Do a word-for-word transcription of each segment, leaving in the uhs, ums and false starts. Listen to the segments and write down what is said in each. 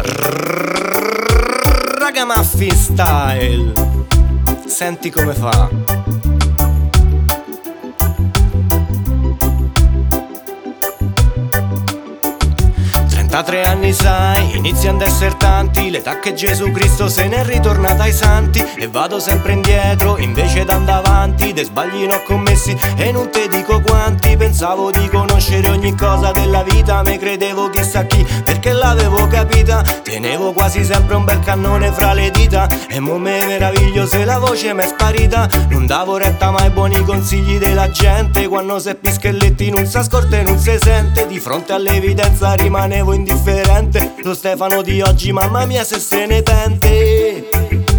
Ragamuffin style, senti come fa. trentatré anni sai, iniziano ad essere tanti, l'età che Gesù Cristo se n'è ritornato ai santi. E vado sempre indietro invece d'andare avanti, de sbagli n'ho commessi e non te dico quanti. Pensavo di conoscere ogni cosa della vita, me credevo chissà chi, perché l'avevo capita. Tenevo quasi sempre un bel cannone fra le dita, e mo me meraviglio se la voce m'è sparita. Non davo retta mai ai buoni consigli della gente, quando se pischelletti non si ascolta e non si sente. Di fronte all'evidenza rimanevo indifferente, lo Stefano di oggi mamma mia se se ne pente.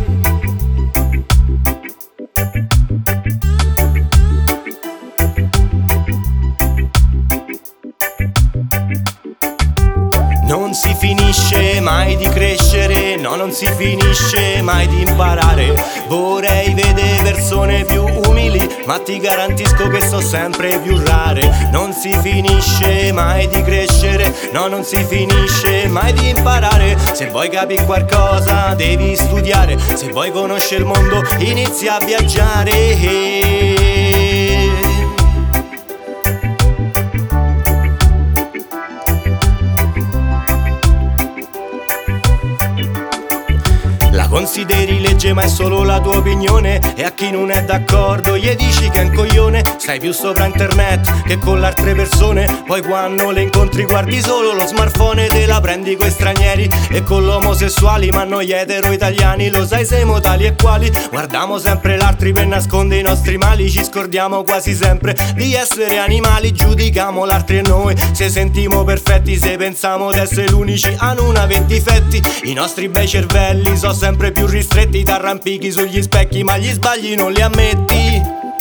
Non si finisce mai di crescere, no, non si finisce mai di imparare. Vorrei vedere persone più umili, ma ti garantisco che so sempre più rare. Non si finisce mai di crescere, no, non si finisce mai di imparare. Se vuoi capire qualcosa devi studiare, se vuoi conoscere il mondo inizia a viaggiare. La consideri legge ma è solo la tua opinione, e a chi non è d'accordo gli dici che è un coglione. Stai più sopra internet che con le altre persone, poi quando le incontri guardi solo lo smartphone. Te la prendi coi stranieri e con l'omosessuali, ma noi etero italiani lo sai siamo tali e quali. Guardiamo sempre l'altri per nascondere i nostri mali, ci scordiamo quasi sempre di essere animali. Giudichiamo l'altri e noi se sentimo perfetti, se pensiamo d'essere l'unici a non avere difetti. I nostri bei cervelli so sempre più ristretti, t'arrampichi sugli specchi ma gli sbagli non li ammetti.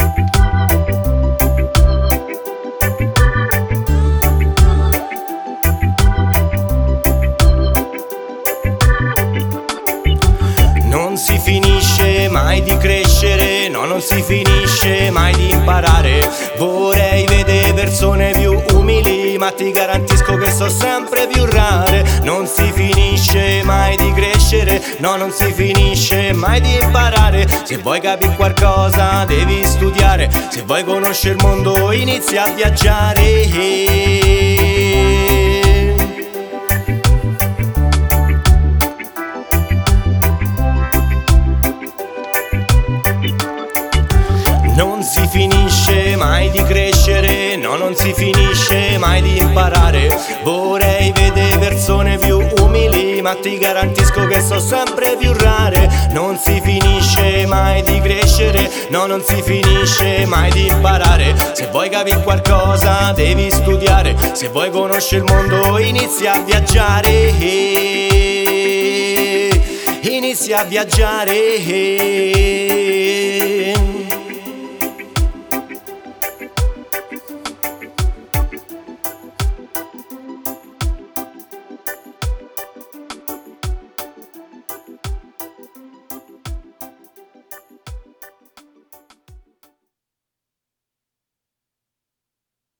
Non si finisce mai di crescere, no, non si finisce mai di imparare. Vorrei vedere persone più umili, ma ti garantisco che so sempre più rare. Non si finisce mai di crescere, no, non si finisce mai di imparare. Se vuoi capire qualcosa devi studiare, se vuoi conoscere il mondo inizia a viaggiare. Non si finisce mai di crescere, no, non si finisce mai di imparare. Vorrei vedere persone più umili, ma ti garantisco che so sempre più rare. Non si finisce mai di crescere, no, non si finisce mai di imparare. Se vuoi capire qualcosa devi studiare, se vuoi conoscere il mondo inizia a viaggiare. Inizia a viaggiare.